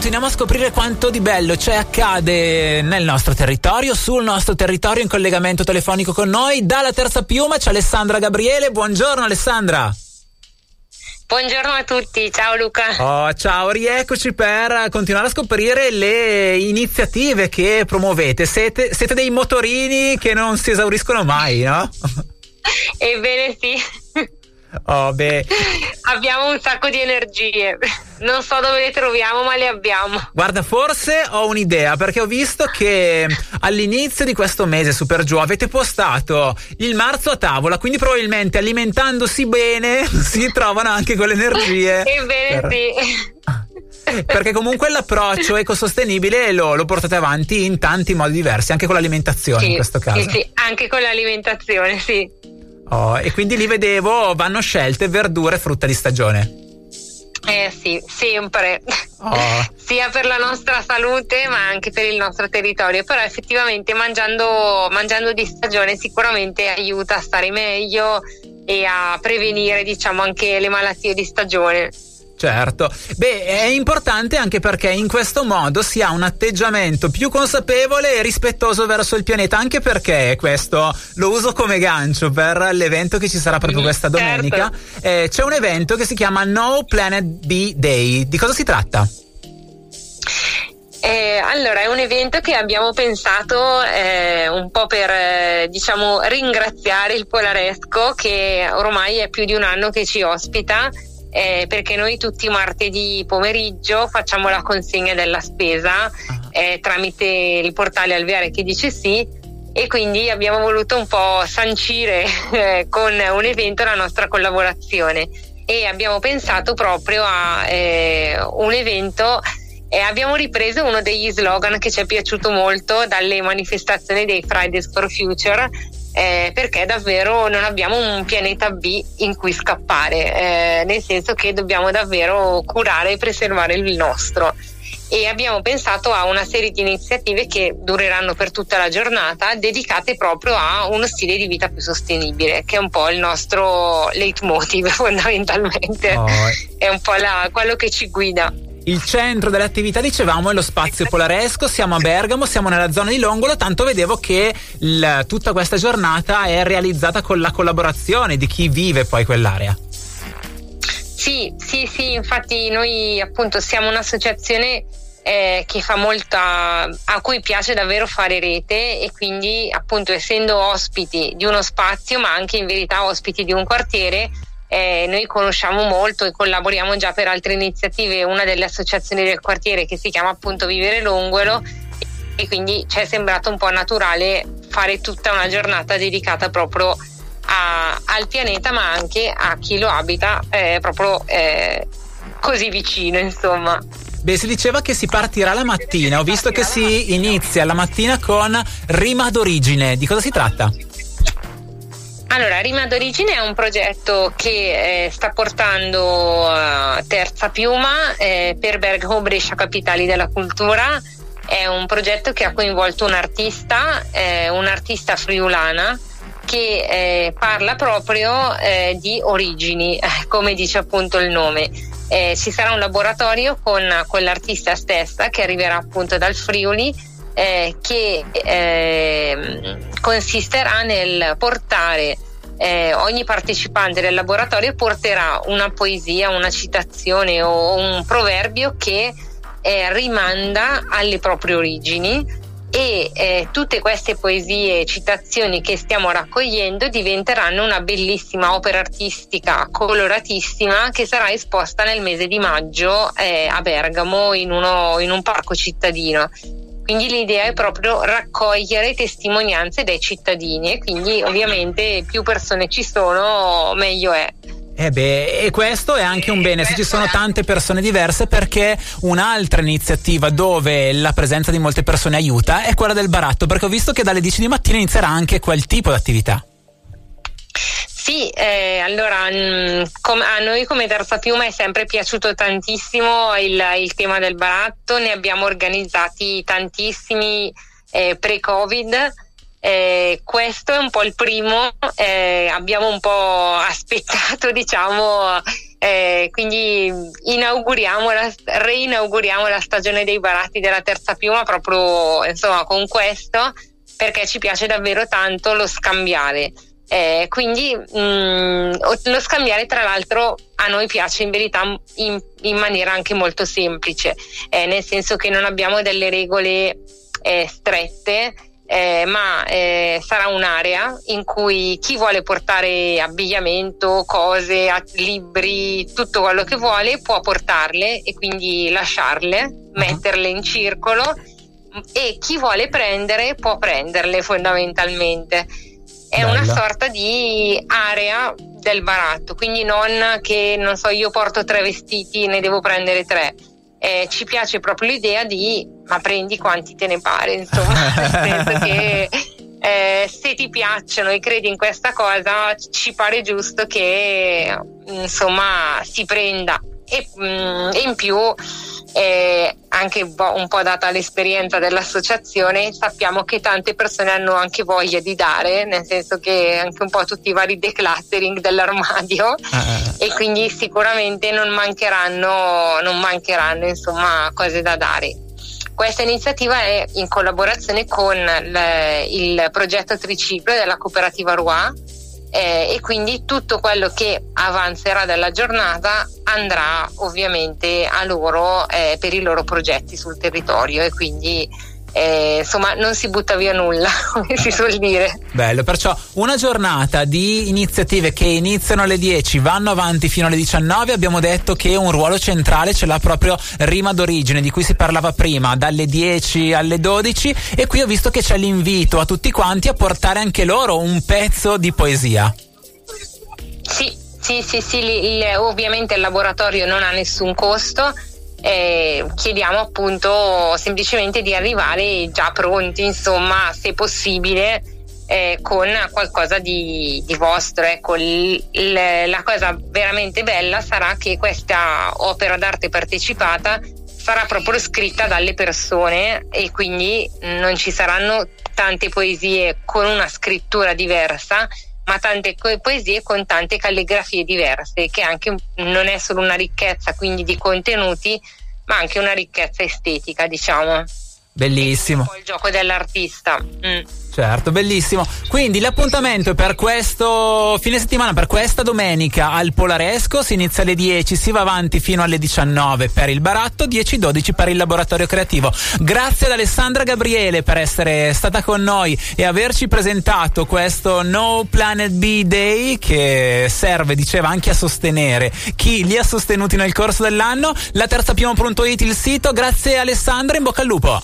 continuiamo a scoprire quanto di bello accade nel nostro territorio, sul nostro territorio. In collegamento telefonico con noi dalla Terza Piuma c'è Alessandra Gabriele. Buongiorno Alessandra. Buongiorno a tutti, ciao Luca. Ciao, rieccoci per continuare a scoprire le iniziative che promuovete. Siete dei motorini che non si esauriscono mai, no? Ebbene sì. Abbiamo un sacco di energie, non so dove le troviamo, ma le abbiamo. Guarda, forse ho un'idea, perché ho visto che all'inizio di questo mese Super Giù avete postato il marzo a tavola, quindi probabilmente alimentandosi bene si trovano anche quelle energie. Ebbene sì. Perché comunque l'approccio ecosostenibile lo portate avanti in tanti modi diversi, anche con l'alimentazione, sì, in questo caso. Sì, anche con l'alimentazione, sì. E quindi lì vedevo vanno scelte verdure e frutta di stagione. Sì, sempre. Sia per la nostra salute ma anche per il nostro territorio. Però effettivamente mangiando di stagione sicuramente aiuta a stare meglio e a prevenire, diciamo, anche le malattie di stagione. Certo, è importante anche perché in questo modo si ha un atteggiamento più consapevole e rispettoso verso il pianeta, anche perché questo lo uso come gancio per l'evento che ci sarà proprio questa domenica. Certo. C'è un evento che si chiama No Planet B Day. Di cosa si tratta? Allora, è un evento che abbiamo pensato un po' per diciamo ringraziare il Polaresco, che ormai è più di un anno che ci ospita. Perché noi tutti i martedì pomeriggio facciamo la consegna della spesa tramite il portale Alveare che dice sì, e quindi abbiamo voluto un po' sancire con un evento la nostra collaborazione, e abbiamo pensato proprio a un evento. Abbiamo ripreso uno degli slogan che ci è piaciuto molto dalle manifestazioni dei Fridays for Future, perché davvero non abbiamo un pianeta B in cui scappare, nel senso che dobbiamo davvero curare e preservare il nostro, e abbiamo pensato a una serie di iniziative che dureranno per tutta la giornata, dedicate proprio a uno stile di vita più sostenibile, che è un po' il nostro leitmotiv fondamentalmente. È un po' quello che ci guida. Il centro delle attività, dicevamo, è lo spazio Polaresco. Siamo a Bergamo, siamo nella zona di Longolo, tanto vedevo che tutta questa giornata è realizzata con la collaborazione di chi vive poi quell'area. Sì, infatti noi appunto siamo un'associazione che fa molta, a cui piace davvero fare rete, e quindi appunto essendo ospiti di uno spazio ma anche in verità ospiti di un quartiere, noi conosciamo molto e collaboriamo già per altre iniziative. Una delle associazioni del quartiere che si chiama appunto Vivere Longolo, e quindi ci è sembrato un po' naturale fare tutta una giornata dedicata proprio al pianeta, ma anche a chi lo abita proprio così vicino, insomma. Si diceva che si partirà la mattina. Ho visto che si inizia la mattina con Rima d'Origine. Di cosa si tratta? Allora, Rima d'Origine è un progetto che sta portando Terza Piuma per Bergamo Brescia Capitali della Cultura. È un progetto che ha coinvolto un'artista friulana, che parla proprio di origini, come dice appunto il nome. Ci sarà un laboratorio con l'artista stessa, che arriverà appunto dal Friuli, che consisterà nel portare ogni partecipante del laboratorio porterà una poesia, una citazione o un proverbio che rimanda alle proprie origini, e tutte queste poesie e citazioni che stiamo raccogliendo diventeranno una bellissima opera artistica coloratissima, che sarà esposta nel mese di maggio a Bergamo in un parco cittadino. Quindi l'idea è proprio raccogliere testimonianze dai cittadini, e quindi ovviamente più persone ci sono meglio è. E questo è anche un bene se ci sono tante persone diverse, perché un'altra iniziativa dove la presenza di molte persone aiuta è quella del baratto, perché ho visto che dalle 10 di mattina inizierà anche quel tipo di attività. Sì, allora a noi come Terza Piuma è sempre piaciuto tantissimo il tema del baratto, ne abbiamo organizzati tantissimi pre-Covid. Questo è un po' il primo, abbiamo un po' aspettato, diciamo, Quindi reinauguriamo la stagione dei baratti della Terza Piuma proprio insomma con questo, perché ci piace davvero tanto lo scambiare. Quindi lo scambiare, tra l'altro, a noi piace in verità in maniera anche molto semplice, nel senso che non abbiamo delle regole strette, ma sarà un'area in cui chi vuole portare abbigliamento, cose, libri, tutto quello che vuole può portarle e quindi lasciarle, metterle in circolo, e chi vuole prendere può prenderle fondamentalmente. È Bello. Una sorta di area del baratto, quindi non che, non so, io porto 3 vestiti, ne devo prendere 3. Ci piace proprio l'idea di ma prendi quanti te ne pare, insomma, nel senso che se ti piacciono e credi in questa cosa, ci pare giusto che insomma si prenda. E in più anche un po' data l'esperienza dell'associazione, sappiamo che tante persone hanno anche voglia di dare, nel senso che anche un po' tutti i vari decluttering dell'armadio, e quindi sicuramente non mancheranno insomma cose da dare. Questa iniziativa è in collaborazione con il progetto Triciclo della cooperativa Rua, e quindi tutto quello che avanzerà dalla giornata andrà ovviamente a loro per i loro progetti sul territorio, e quindi insomma non si butta via nulla, come si suol dire. Bello, perciò una giornata di iniziative che iniziano alle 10, vanno avanti fino alle 19. Abbiamo detto che un ruolo centrale ce l'ha proprio Rima d'Origine, di cui si parlava prima, dalle 10 alle 12, e qui ho visto che c'è l'invito a tutti quanti a portare anche loro un pezzo di poesia. Sì, ovviamente il laboratorio non ha nessun costo. Chiediamo appunto semplicemente di arrivare già pronti, insomma, se possibile, con qualcosa di vostro. Ecco, la cosa veramente bella sarà che questa opera d'arte partecipata sarà proprio scritta dalle persone, e quindi non ci saranno tante poesie con una scrittura diversa, ma tante poesie con tante calligrafie diverse, che anche non è solo una ricchezza quindi di contenuti, ma anche una ricchezza estetica, diciamo. Bellissimo. È un po' il gioco dell'artista. Certo, bellissimo. Quindi l'appuntamento è per questo fine settimana, per questa domenica al Polaresco. Si inizia alle 10, si va avanti fino alle 19 per il baratto, 10-12 per il laboratorio creativo. Grazie ad Alessandra Gabriele per essere stata con noi e averci presentato questo No Planet B Day, che serve, diceva, anche a sostenere chi li ha sostenuti nel corso dell'anno. La terzapiuma.it il sito. Grazie Alessandra, in bocca al lupo.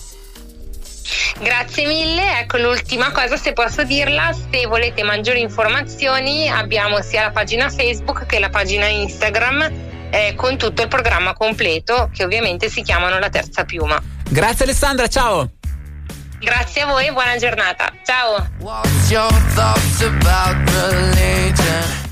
Grazie mille. Ecco, l'ultima cosa, se posso dirla: se volete maggiori informazioni abbiamo sia la pagina Facebook che la pagina Instagram, con tutto il programma completo, che ovviamente si chiamano La Terza Piuma. Grazie Alessandra, ciao. Grazie a voi e buona giornata, ciao. What's your thoughts about religion?